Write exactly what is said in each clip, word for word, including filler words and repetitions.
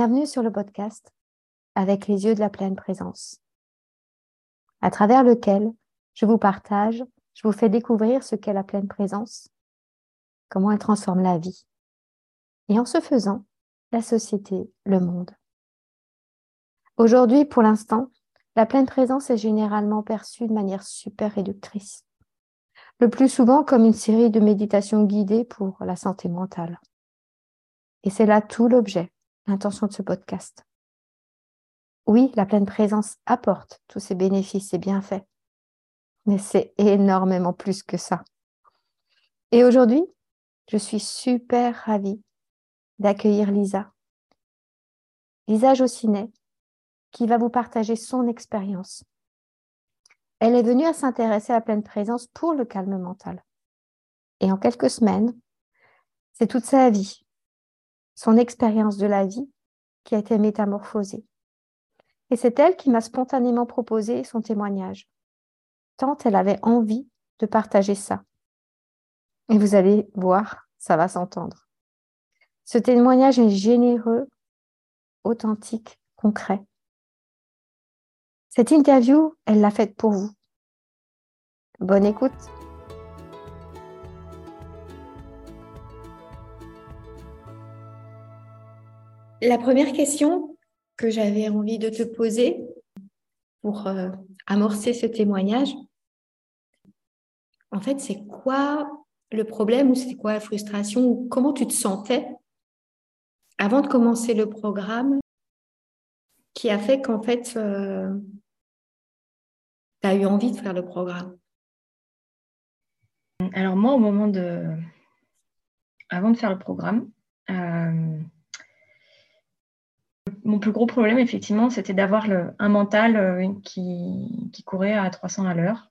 Bienvenue sur le podcast Avec les yeux de la pleine présence, à travers lequel je vous partage, je vous fais découvrir ce qu'est la pleine présence, comment elle transforme la vie, et en ce faisant, la société, le monde. Aujourd'hui, pour l'instant, la pleine présence est généralement perçue de manière super réductrice, le plus souvent comme une série de méditations guidées pour la santé mentale. Et c'est là tout l'objet, l'intention de ce podcast. Oui, la pleine présence apporte tous ces bénéfices et bienfaits, mais c'est énormément plus que ça. Et aujourd'hui, je suis super ravie d'accueillir Lisa, Lisa Jossinet, qui va vous partager son expérience. Elle est venue à s'intéresser à la pleine présence pour le calme mental. Et en quelques semaines, c'est toute sa vie, son expérience de la vie qui a été métamorphosée. Et c'est elle qui m'a spontanément proposé son témoignage, tant elle avait envie de partager ça. Et vous allez voir, ça va s'entendre. Ce témoignage est généreux, authentique, concret. Cette interview, elle l'a faite pour vous. Bonne écoute. La première question que j'avais envie de te poser pour euh, amorcer ce témoignage, en fait, c'est quoi le problème ou c'est quoi la frustration ou comment tu te sentais avant de commencer le programme qui a fait qu'en fait, euh, tu as eu envie de faire le programme? Alors moi, au moment de... Avant de faire le programme, euh... mon plus gros problème, effectivement, c'était d'avoir le... un mental euh, qui... qui courait à trois cents à l'heure.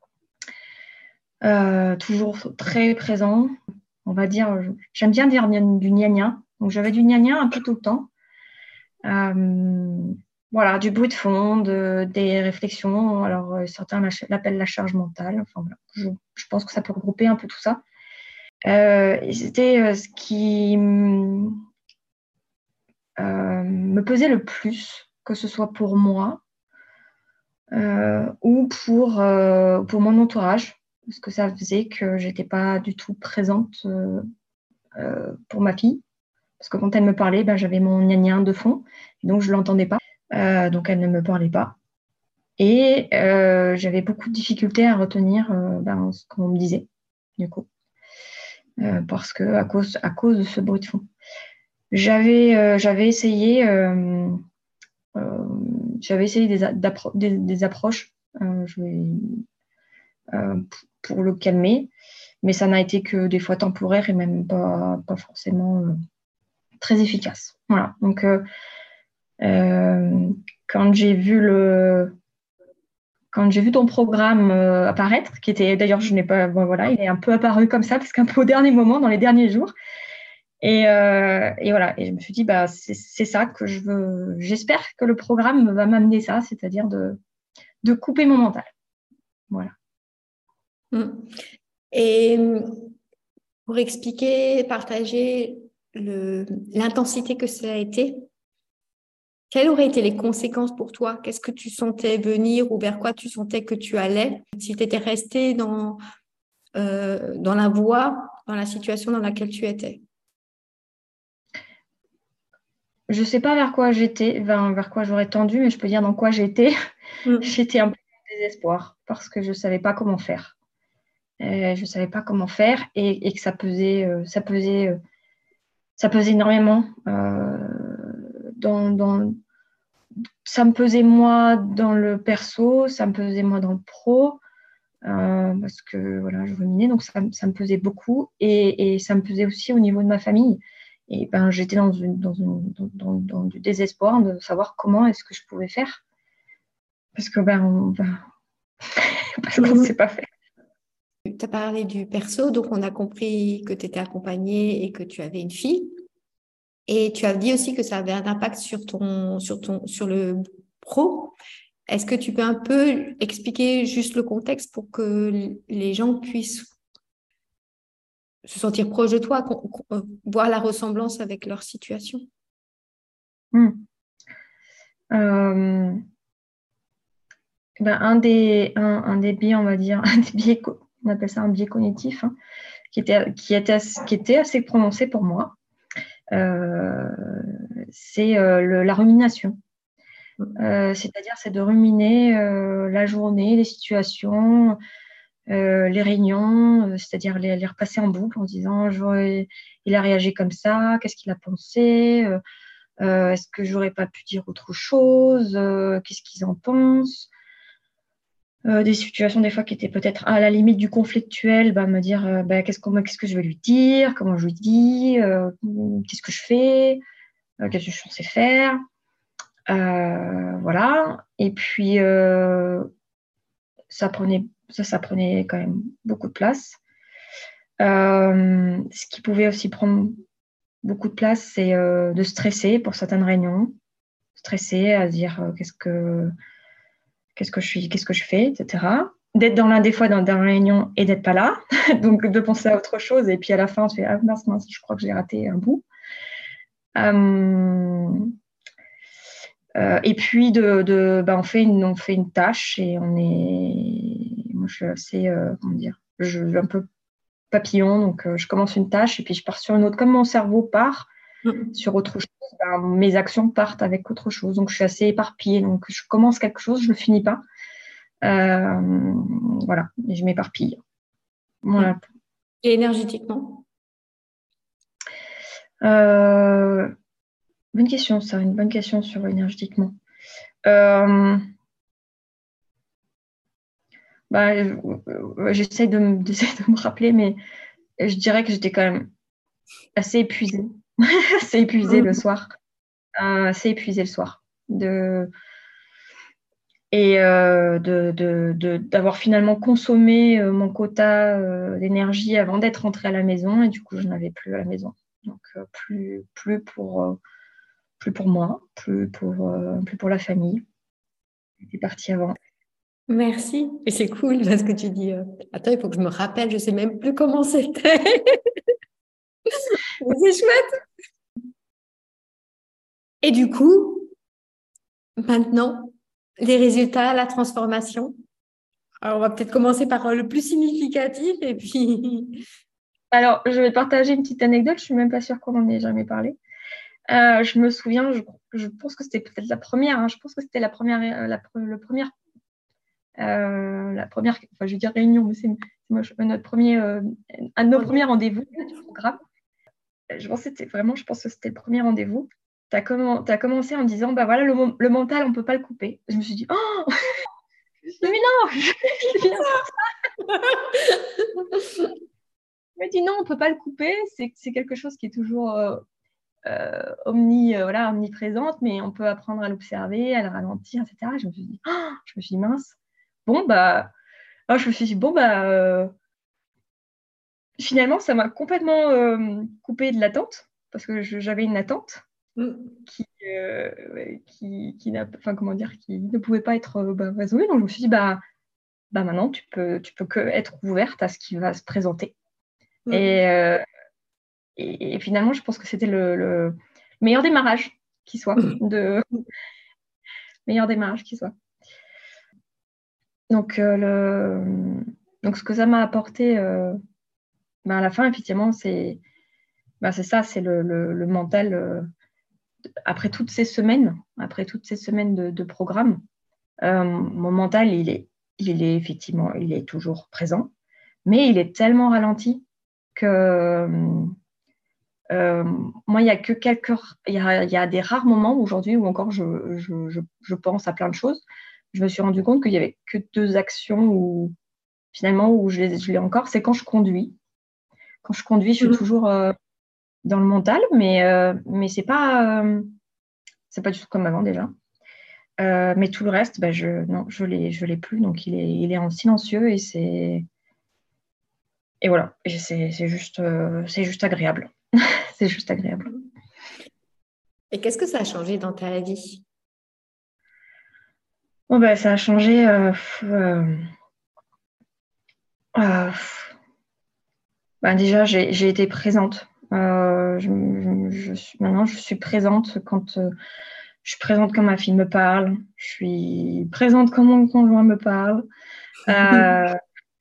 Euh, toujours très présent, on va dire, j'aime bien dire du gna-gna, donc j'avais du gna-gna un peu tout le temps. Euh... Voilà, du bruit de fond, de... des réflexions, alors euh, certains l'appellent la charge mentale, enfin voilà, je... je pense que ça peut regrouper un peu tout ça. Euh, et c'était euh, ce qui euh, me pesait le plus, que ce soit pour moi euh, ou pour, euh, pour mon entourage, parce que ça faisait que je n'étais pas du tout présente euh, euh, pour ma fille, parce que quand elle me parlait, ben, j'avais mon gna-gna de fond, et donc je ne l'entendais pas, euh, donc elle ne me parlait pas. Et euh, j'avais beaucoup de difficultés à retenir euh, ben, ce qu'on me disait, du coup. Euh, parce que à cause, à cause de ce bruit de fond. J'avais, euh, j'avais essayé, euh, euh, j'avais essayé des, appro- des, des approches euh, je vais, euh, pour le calmer, mais ça n'a été que des fois temporaire et même pas, pas forcément euh, très efficace. Voilà. Donc, euh, euh, quand j'ai vu le Quand j'ai vu ton programme euh, apparaître, qui était d'ailleurs, je n'ai pas, bon, voilà, il est un peu apparu comme ça, parce qu'un peu au dernier moment, dans les derniers jours. Et, euh, et voilà, et je me suis dit, bah, c'est, c'est ça que je veux. J'espère que le programme va m'amener ça, c'est-à-dire de, de couper mon mental. Voilà. Et pour expliquer, partager le, l'intensité que ça a été, quelles auraient été les conséquences pour toi? Qu'est-ce que tu sentais venir ou vers quoi tu sentais que tu allais? Si tu étais resté dans, euh, dans la voie, dans la situation dans laquelle tu étais? Je ne sais pas vers quoi j'étais, vers, vers quoi j'aurais tendu, mais je peux dire dans quoi j'étais. Mmh. J'étais un peu en désespoir parce que je ne savais pas comment faire. Euh, je ne savais pas comment faire et, et que ça pesait, euh, ça pesait, euh, ça pesait énormément. Euh, dans, dans, ça me pesait moi dans le perso, ça me pesait moi dans le pro, euh, parce que voilà, je ruminais, donc ça, ça me pesait beaucoup et, et ça me pesait aussi au niveau de ma famille. Et ben, j'étais dans, une, dans, une, dans, dans, dans du désespoir de savoir comment est-ce que je pouvais faire. Parce que ben, on, ben parce qu'on ne sait pas faire. Tu as parlé du perso, donc on a compris que tu étais accompagnée et que tu avais une fille. Et tu as dit aussi que ça avait un impact sur, ton, sur, ton, sur le pro. Est-ce que tu peux un peu expliquer juste le contexte pour que les gens puissent se sentir proches de toi, voir la ressemblance avec leur situation? Hmm. Euh, ben, un, des, un, un des biais, on va dire, un des biais, on appelle ça un biais cognitif, hein, qui, était, qui, était assez, qui était assez prononcé pour moi, euh, c'est euh, le, la rumination. Euh, c'est-à-dire, c'est de ruminer euh, la journée, les situations, euh, les réunions, euh, c'est-à-dire les, les repasser en boucle en disant il a réagi comme ça, qu'est-ce qu'il a pensé, euh, euh, est-ce que j'aurais pas pu dire autre chose, euh, qu'est-ce qu'ils en pensent. Euh, des situations des fois qui étaient peut-être à la limite du conflictuel, bah, me dire euh, bah, qu'est-ce, qu'est-ce que je vais lui dire, comment je lui dis, euh, qu'est-ce que je fais, euh, qu'est-ce que je suis censée faire. Euh, voilà. Et puis, euh, ça, prenait, ça, ça prenait quand même beaucoup de place. Euh, ce qui pouvait aussi prendre beaucoup de place, c'est euh, de stresser pour certaines réunions. Stresser à dire euh, qu'est-ce que qu'est-ce que je suis, qu'est-ce que je fais, et cetera. D'être dans l'un des fois dans, dans la réunion et d'être pas là, donc de penser à autre chose et puis à la fin, tu fais ah mince mince, je crois que j'ai raté un bout. Euh, euh, et puis de, de bah, on fait une on fait une tâche et on est, moi je suis assez euh, comment dire, je suis un peu papillon, donc euh, je commence une tâche et puis je pars sur une autre. Comme mon cerveau part mmh. sur autre chose, ben, mes actions partent avec autre chose. Donc je suis assez éparpillée. Donc je commence quelque chose, je ne le finis pas. Euh, voilà, et je m'éparpille. Voilà. Et énergétiquement euh, Bonne question, ça, une bonne question sur énergétiquement. Euh, bah, j'essaie de, me, d'essayer de me rappeler, mais je dirais que j'étais quand même assez épuisée, assez épuisée mmh. le soir, euh, assez épuisée le soir. De... Et euh, de, de, de, d'avoir finalement consommé euh, mon quota euh, d'énergie avant d'être rentrée à la maison, et du coup, je n'avais plus à la maison. Donc, euh, plus, plus, pour, euh, plus pour moi, plus pour, euh, plus pour la famille. J'étais partie avant. Merci. Et c'est cool parce que tu dis, euh, attends, il faut que je me rappelle, je ne sais même plus comment c'était. C'est chouette. Et du coup, maintenant, les résultats, la transformation. Alors, on va peut-être commencer par le plus significatif et puis... Alors, je vais partager une petite anecdote. Je ne suis même pas sûre qu'on en ait jamais parlé. Euh, je me souviens, je, je pense que c'était peut-être la première. Hein, je pense que c'était la première, la, le première, euh, la première, enfin, je veux dire réunion, mais c'est, c'est moi, notre premier, euh, un de nos premiers rendez-vous du programme. Je pense que c'était vraiment, je pense que c'était le premier rendez-vous. Tu as comm- commencé en disant, bah voilà, le, le mental, on ne peut pas le couper. Je me suis dit, oh je me suis dit, mais non, je viens pour ça. Je me dis non, on ne peut pas le couper. C'est, c'est quelque chose qui est toujours euh, euh, omni, euh, voilà, omniprésente, mais on peut apprendre à l'observer, à le ralentir, et cetera. Je me suis dit, oh je me suis dit mince. Bon, bah, oh, je me suis dit, bon, bah, euh, finalement, ça m'a complètement euh, coupé de l'attente, parce que je, j'avais une attente mm. qui, euh, qui, qui, n'a, enfin, comment dire, qui ne pouvait pas être euh, bah, résolue. Donc, je me suis dit, bah, bah maintenant, tu peux, tu peux que être ouverte à ce qui va se présenter. Mm. Et, euh, et, et finalement, je pense que c'était le, le meilleur démarrage qui soit. De... meilleur démarrage qui soit. Donc, euh, le... Donc, ce que ça m'a apporté euh, ben à la fin, effectivement, c'est, ben c'est ça, c'est le, le, le mental. Euh, après toutes ces semaines, après toutes ces semaines de, de programme, euh, mon mental, il est, il est effectivement, il est toujours présent, mais il est tellement ralenti que euh, moi, il y a que quelques, il y a, il y a des rares moments aujourd'hui où encore je, je, je, je pense à plein de choses. Je me suis rendu compte qu'il y avait que deux actions où finalement où je, les, je l'ai encore, c'est quand je conduis. Quand je conduis, je suis mmh. toujours euh, dans le mental, mais euh, mais c'est pas euh, c'est pas du tout comme avant déjà. Euh, mais tout le reste, bah, je non, je l'ai je l'ai plus, donc il est il est en silencieux et c'est et voilà, et c'est c'est juste euh, c'est juste agréable. C'est juste agréable. Et qu'est-ce que ça a changé dans ta vie? Bon, bah, ça a changé. Euh, euh, euh, bah, déjà, j'ai, j'ai été présente. Euh, je, je, je suis, maintenant, je suis présente quand euh, je suis présente quand ma fille me parle. Je suis présente quand mon conjoint me parle. Euh,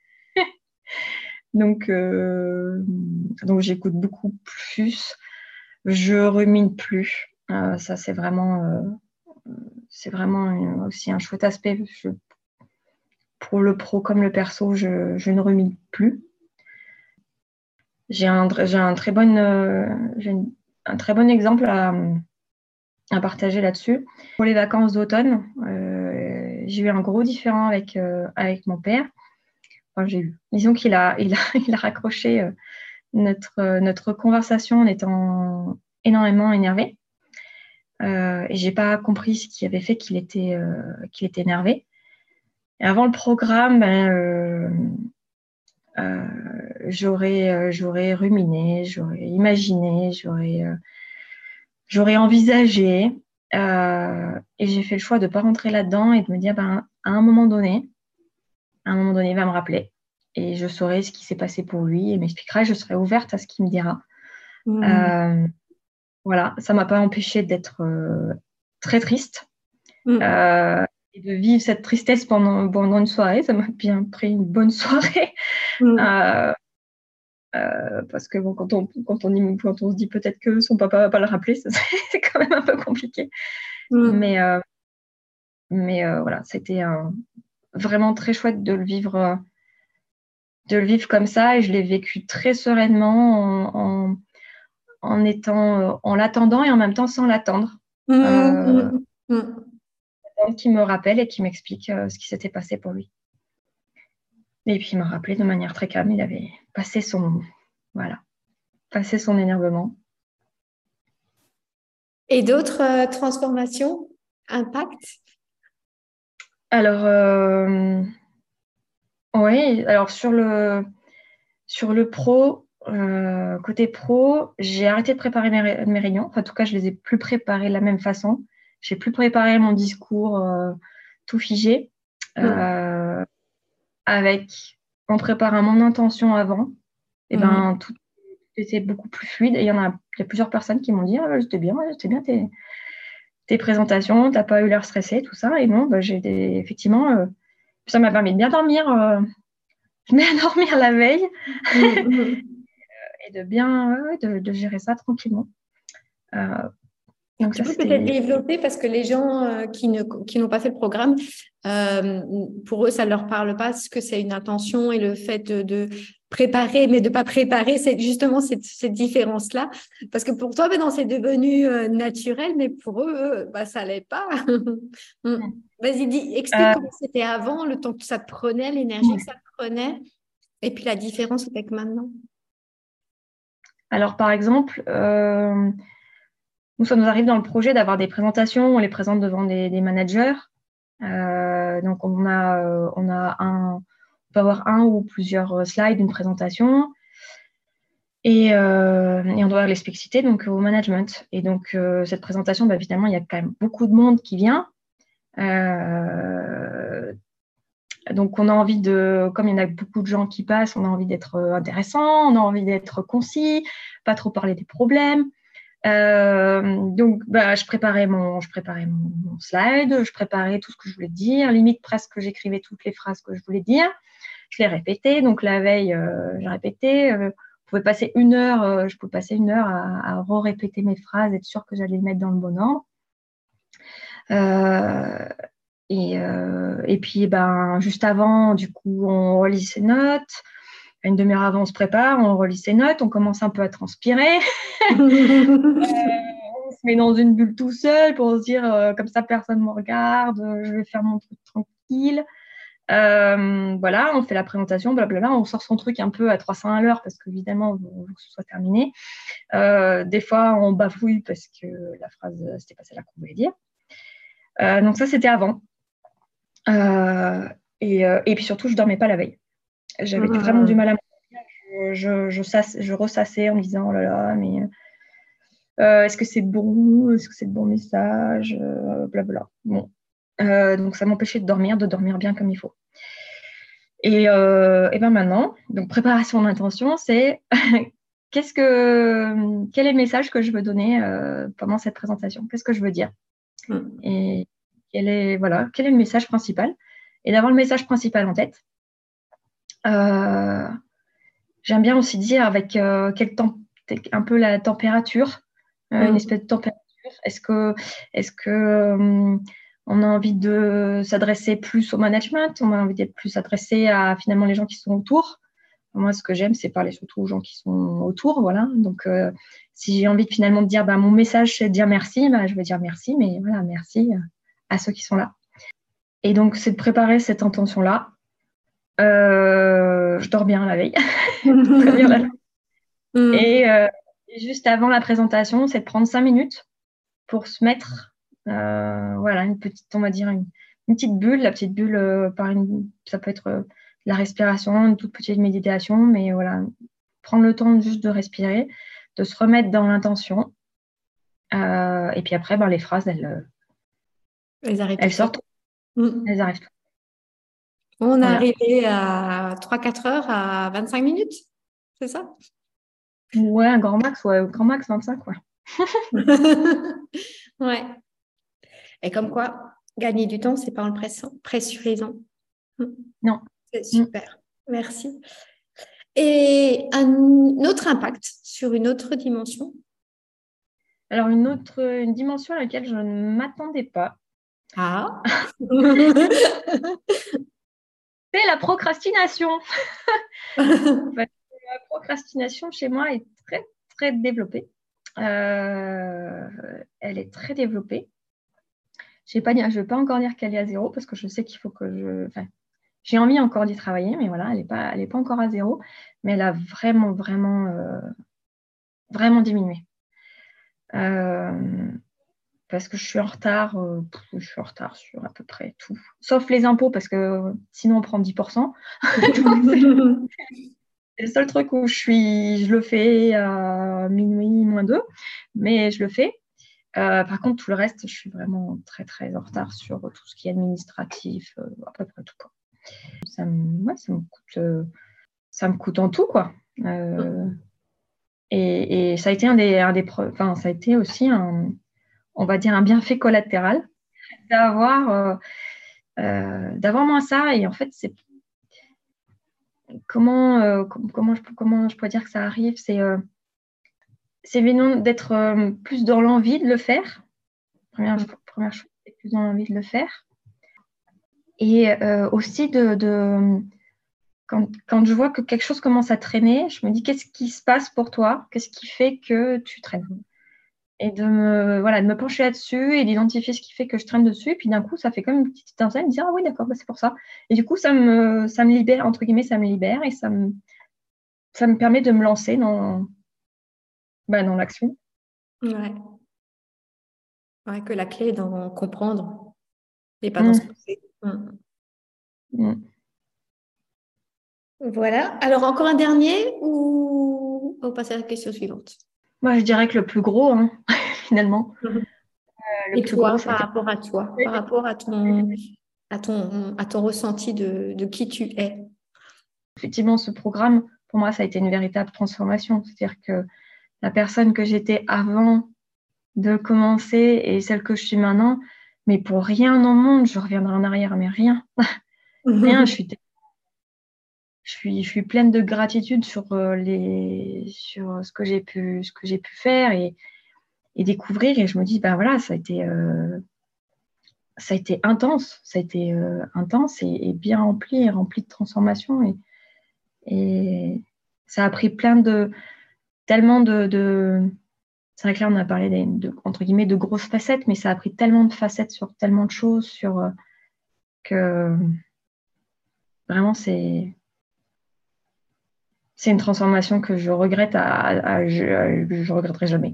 donc, euh, donc, j'écoute beaucoup plus. Je rumine plus. Euh, ça, c'est vraiment, euh, c'est vraiment aussi un chouette aspect. Je, pour le pro comme le perso, je, je ne rumine plus. J'ai un, j'ai un très bon, euh, j'ai une, un très bon exemple à, à partager là-dessus. Pour les vacances d'automne, euh, j'ai eu un gros différend avec, euh, avec mon père. Enfin, j'ai eu. Disons qu'il a, il a, il a raccroché euh, notre, euh, notre conversation en étant énormément énervé. Euh, et j'ai pas compris ce qui avait fait qu'il était, euh, qu'il était énervé. Et avant le programme, ben, euh, euh, j'aurais, euh, j'aurais ruminé, j'aurais imaginé, j'aurais, euh, j'aurais envisagé. Euh, et j'ai fait le choix de ne pas rentrer là-dedans et de me dire, ben, à un moment donné, à un moment donné, il va me rappeler. Et je saurai ce qui s'est passé pour lui et m'expliquera. Je serai ouverte à ce qu'il me dira. Mmh. Euh, voilà, ça ne m'a pas empêché d'être euh, très triste. Mmh. Euh, et de vivre cette tristesse pendant, pendant une soirée. Ça m'a bien pris une bonne soirée. Mmh. Euh, euh, parce que bon, quand, on, quand, on, quand on se dit peut-être que son papa ne va pas le rappeler, ça, c'est quand même un peu compliqué. Mmh. Mais, euh, mais euh, voilà, c'était euh, vraiment très chouette de le vivre, euh, de le vivre comme ça. Et je l'ai vécu très sereinement en, en, en, étant, euh, en l'attendant et en même temps sans l'attendre. Euh, Mmh. Mmh. qui me rappelle et qui m'explique euh, ce qui s'était passé pour lui. Et puis il m'a rappelé de manière très calme, il avait passé son, voilà, passé son énervement. Et d'autres euh, transformations, impact? Alors, euh, oui, alors sur le, sur le pro, euh, côté pro, j'ai arrêté de préparer mes, mes réunions. Enfin, en tout cas, je les ai plus préparées de la même façon. J'ai plus préparé mon discours euh, tout figé. Mmh. Euh, avec, en préparant mon intention avant, et Mmh. ben, tout était beaucoup plus fluide. Et il y en a, il y a plusieurs personnes qui m'ont dit, ah, c'était bien, c'était bien tes, tes présentations, t'as pas eu l'air stressé, tout ça. Et non, bah, j'ai des, effectivement, euh, ça m'a permis de bien dormir. Euh, je mets à dormir la veille Mmh. et de bien euh, de, de gérer ça tranquillement. Euh, donc Tu ça, peux peut-être c'était... développer parce que les gens euh, qui ne, qui n'ont pas fait le programme, euh, pour eux, ça ne leur parle pas ce que c'est une intention et le fait de, de préparer, mais de ne pas préparer, c'est justement cette, cette différence-là. Parce que pour toi, ben non, c'est devenu euh, naturel, mais pour eux, euh, bah, ça ne l'est pas. Vas-y, dis, explique Euh, comment c'était avant, le temps que ça te prenait, l'énergie que ça te prenait, et puis la différence avec maintenant. alors, par exemple, euh, nous, ça nous arrive dans le projet d'avoir des présentations, on les présente devant des, des managers. Euh, donc, on a, euh, on a un, on peut avoir un ou plusieurs slides d'une présentation. Et, euh, et on doit l'expliciter donc au management. Et donc, euh, cette présentation, bah, évidemment, il y a quand même beaucoup de monde qui vient. Euh, donc, on a envie de, comme il y en a beaucoup de gens qui passent, on a envie d'être intéressant, on a envie d'être concis, pas trop parler des problèmes. Euh, donc, bah, je préparais, mon, je préparais mon, mon slide, je préparais tout ce que je voulais dire, limite presque j'écrivais toutes les phrases que je voulais dire. Je les répétais. Donc, la veille, euh, j'ai répété. Euh, je pouvais passer une heure, euh, je pouvais passer une heure à, à re-répéter mes phrases, être sûre que j'allais les mettre dans le bon ordre. Euh, et, euh, et puis, ben, juste avant, du coup, on relit ses notes. Une demi-heure avant, on se prépare, on relit ses notes, on commence un peu à transpirer. On se met dans une bulle tout seul pour se dire, euh, comme ça, personne ne me regarde, je vais faire mon truc tranquille. Euh, voilà, on fait la présentation, blablabla, on sort son truc un peu à trois cents à l'heure parce qu'évidemment, on veut que ce soit terminé. Euh, des fois, on bafouille parce que la phrase, c'était pas celle-là qu'on voulait dire. Euh, donc ça, c'était avant. Euh, et, euh, et puis surtout, je dormais pas la veille. J'avais vraiment du mal à me je, je, je, sasse, je ressassais en me disant, oh là là, mais euh, est-ce que c'est bon? Est-ce que c'est le bon message? euh, Blablabla. Bon. Euh, donc ça m'empêchait de dormir, de dormir bien comme il faut. Et, euh, et ben maintenant, donc préparation d'intention, c'est qu'est-ce que, quel est le message que je veux donner euh, pendant cette présentation? Qu'est-ce que je veux dire? mm. Et quel est, voilà, quel est le message principal? Et d'avoir le message principal en tête. Euh, j'aime bien aussi dire avec euh, quel temps, un peu la température, euh, mm. une espèce de température. Est-ce que, est-ce que euh, on a envie de s'adresser plus au management? On a envie d'être plus adressé à finalement les gens qui sont autour? Moi, ce que j'aime, c'est parler surtout aux gens qui sont autour. Voilà. Donc, euh, si j'ai envie de, finalement de dire, bah, mon message, c'est de dire merci, bah, je vais dire merci, mais voilà, merci à ceux qui sont là. Et donc, c'est de préparer cette intention-là. Euh, je dors bien la veille. Très bien la veille. Mm. Et, euh, et juste avant la présentation, c'est de prendre cinq minutes pour se mettre, euh, voilà, une petite, on va dire, une, une petite bulle. La petite bulle, euh, par une, ça peut être euh, la respiration, une toute petite méditation, mais voilà, prendre le temps juste de respirer, de se remettre dans l'intention. Euh, et puis après, ben, les phrases, elles, elles, arrivent elles sortent. Mmh. Elles arrivent. On est voilà. arrivé à trois à quatre heures à vingt-cinq minutes, c'est ça? Ouais, un grand max, ouais, grand max vingt-cinq, ouais. Ouais. Et comme quoi, gagner du temps, c'est pas en le pressurisant. Non. C'est super. Mmh. Merci. Et un autre impact sur une autre dimension? Alors, une autre une dimension à laquelle je ne m'attendais pas. Ah. C'est la procrastination. La procrastination chez moi est très, très développée. Euh, elle est très développée. Je ne vais pas encore dire qu'elle est à zéro parce que je sais qu'il faut que je... Enfin, j'ai envie encore d'y travailler, mais voilà, elle n'est pas, elle est pas encore à zéro. Mais elle a vraiment, vraiment, euh, vraiment diminué. Euh, parce que je suis en retard, euh, je suis en retard sur à peu près tout. Sauf les impôts, parce que sinon on prend dix pour cent. C'est le seul truc où je suis, je le fais à minuit moins deux, mais je le fais. Euh, par contre, tout le reste, je suis vraiment très, très en retard sur tout ce qui est administratif, euh, à peu près tout. Quoi. Ça, me, ouais, ça, me coûte, euh, ça me coûte en tout, quoi. Euh, et, et ça a été un des, un des enfin, ça a été aussi un, on va dire, un bienfait collatéral d'avoir, euh, euh, d'avoir moins ça. Et en fait, c'est comment, euh, comment, je, comment je pourrais dire que ça arrive, c'est euh, c'est d'être euh, plus dans l'envie de le faire. Première, première chose, c'est plus dans l'envie de le faire. Et euh, aussi, de, de quand, quand je vois que quelque chose commence à traîner, je me dis, qu'est-ce qui se passe pour toi? Qu'est-ce qui fait que tu traînes? Et de me, voilà, de me pencher là-dessus et d'identifier ce qui fait que je traîne dessus. Et puis d'un coup, ça fait comme une petite étincelle, de dire, ah oui, d'accord, bah, c'est pour ça. Et du coup, ça me, ça me libère, entre guillemets, ça me libère et ça me, ça me permet de me lancer dans, bah, dans l'action. Ouais. Ouais, que la clé est d'en comprendre et pas mmh. d'en se pousser. Mmh. Mmh. Voilà. Alors, encore un dernier ou on passe à la question suivante? Moi, je dirais que le plus gros, hein, finalement. Mmh. Euh, le et plus toi, gros, par rapport à toi, par rapport à ton, à ton, à ton ressenti de, de qui tu es? Effectivement, ce programme, pour moi, ça a été une véritable transformation. C'est-à-dire que la personne que j'étais avant de commencer et celle que je suis maintenant, mais pour rien au monde, je reviendrai en arrière, mais rien. Rien, je suis, je, suis, je suis pleine de gratitude sur, les, sur ce que j'ai pu, ce que j'ai pu faire et, et découvrir. Et je me dis, ben voilà, ça a été, euh, ça a été intense, ça a été euh, intense et, et bien rempli, et rempli de transformation. Et, et ça a pris plein de, tellement de... de c'est vrai que là, on a parlé des, de, entre guillemets, de grosses facettes, mais ça a pris tellement de facettes sur tellement de choses, sur euh, que vraiment, c'est, c'est une transformation que je regrette, à, à, à, je, je regretterai jamais.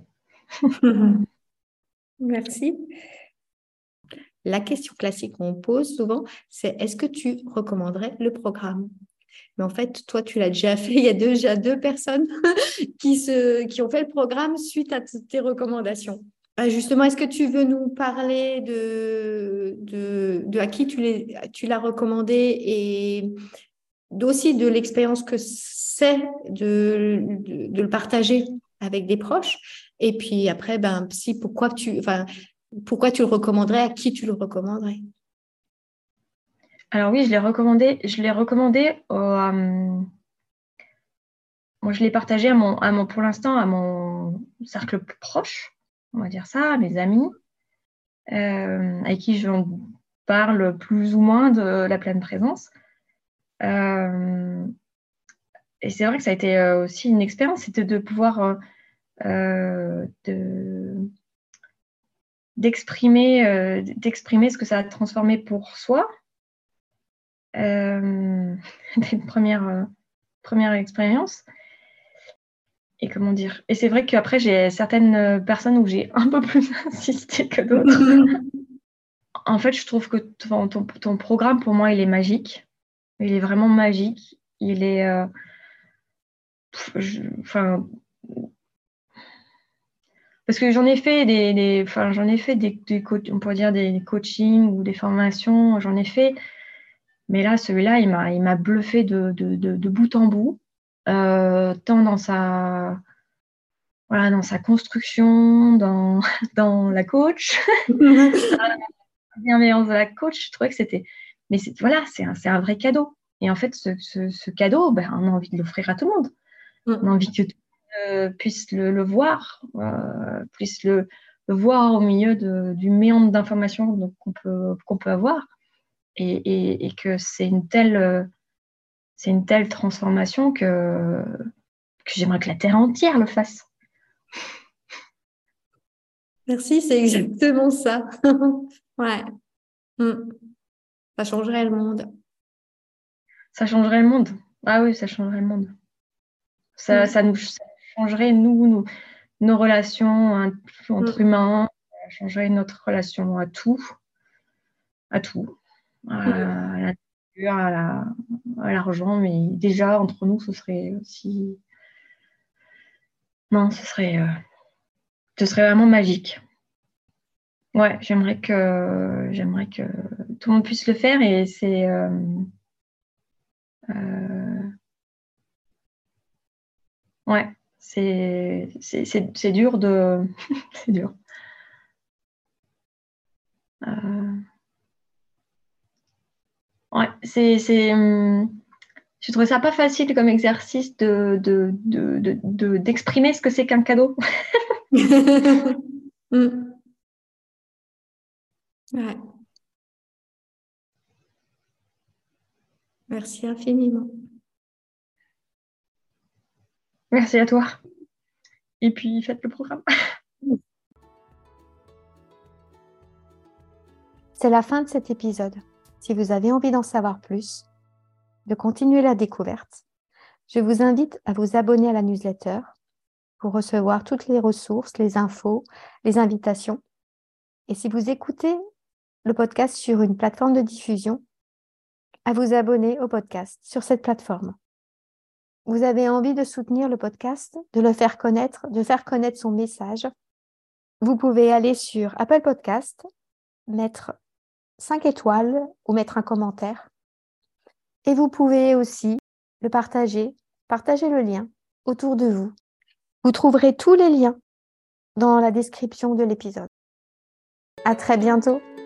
Merci. La question classique qu'on pose souvent, c'est est-ce que tu recommanderais le programme? Mais en fait, toi, tu l'as déjà fait. Il y a déjà deux personnes qui, se, qui ont fait le programme suite à tes recommandations. Justement, est-ce que tu veux nous parler de, de, de à qui tu, les, tu l'as recommandé et aussi de l'expérience que c'est de, de, de le partager avec des proches. Et puis après, ben, si, pourquoi tu, enfin, pourquoi tu le recommanderais, à qui tu le recommanderais? Alors oui, je l'ai recommandé, je l'ai recommandé au, euh, moi, je l'ai partagé à mon, à mon, pour l'instant à mon cercle proche, on va dire ça, à mes amis, euh, avec qui je parle plus ou moins de la pleine présence. Euh, et c'est vrai que ça a été aussi une expérience, c'était de pouvoir euh, de, d'exprimer, euh, d'exprimer ce que ça a transformé pour soi. Euh, une première, euh, première expérience. Et comment dire? Et c'est vrai qu'après, j'ai certaines personnes où j'ai un peu plus insisté que d'autres. En fait, je trouve que ton, ton, ton programme, pour moi, il est magique. Il est vraiment magique. Il est... Euh, je, enfin, parce que j'en ai fait des, des enfin, j'en ai fait des, des co- on pourrait dire des coachings ou des formations. J'en ai fait. Mais là, celui-là, il m'a, il m'a bluffé de, de, de, de bout en bout. Euh, tant dans sa... Voilà, dans sa construction, dans, dans la coach, la bienveillance de la coach, je trouvais que c'était. Mais c'est, voilà, c'est un, c'est un vrai cadeau. Et en fait, ce, ce, ce cadeau, ben, on a envie de l'offrir à tout le monde. On a envie que tout le monde euh, puisse le, le voir, euh, puisse le, le voir au milieu de, du méandre d'informations donc, qu'on peut, qu'on peut avoir. Et, et, et que c'est une telle, euh, c'est une telle transformation que, que j'aimerais que la Terre entière le fasse. Merci, c'est exactement ça. Ouais. Mm. Ça changerait le monde. Ça changerait le monde. Ah oui, ça changerait le monde. Ça, Mm. ça nous ça changerait, nous, nous, nos relations hein, entre Mm. humains. Ça changerait notre relation à tout. À tout. À Mm. la nature, à, la, à l'argent. Mais déjà, entre nous, ce serait aussi... Non, ce serait, euh, ce serait vraiment magique. Ouais, j'aimerais que, j'aimerais que tout le monde puisse le faire. Et c'est... Euh, euh, ouais, c'est, c'est, c'est, c'est dur de... c'est dur. Euh, ouais, c'est, c'est, hum, je trouvais ça pas facile comme exercice de, de, de, de, de- d'exprimer ce que c'est qu'un cadeau. Mm. Ouais. Merci infiniment. Merci à toi. Et puis, faites le programme. C'est la fin de cet épisode. Si vous avez envie d'en savoir plus, de continuer la découverte, je vous invite à vous abonner à la newsletter pour recevoir toutes les ressources, les infos, les invitations. Et si vous écoutez le podcast sur une plateforme de diffusion, à vous abonner au podcast sur cette plateforme. Vous avez envie de soutenir le podcast, de le faire connaître, de faire connaître son message, vous pouvez aller sur Apple Podcast, mettre cinq étoiles ou mettre un commentaire. Et vous pouvez aussi le partager, partager le lien autour de vous. Vous trouverez tous les liens dans la description de l'épisode. À très bientôt.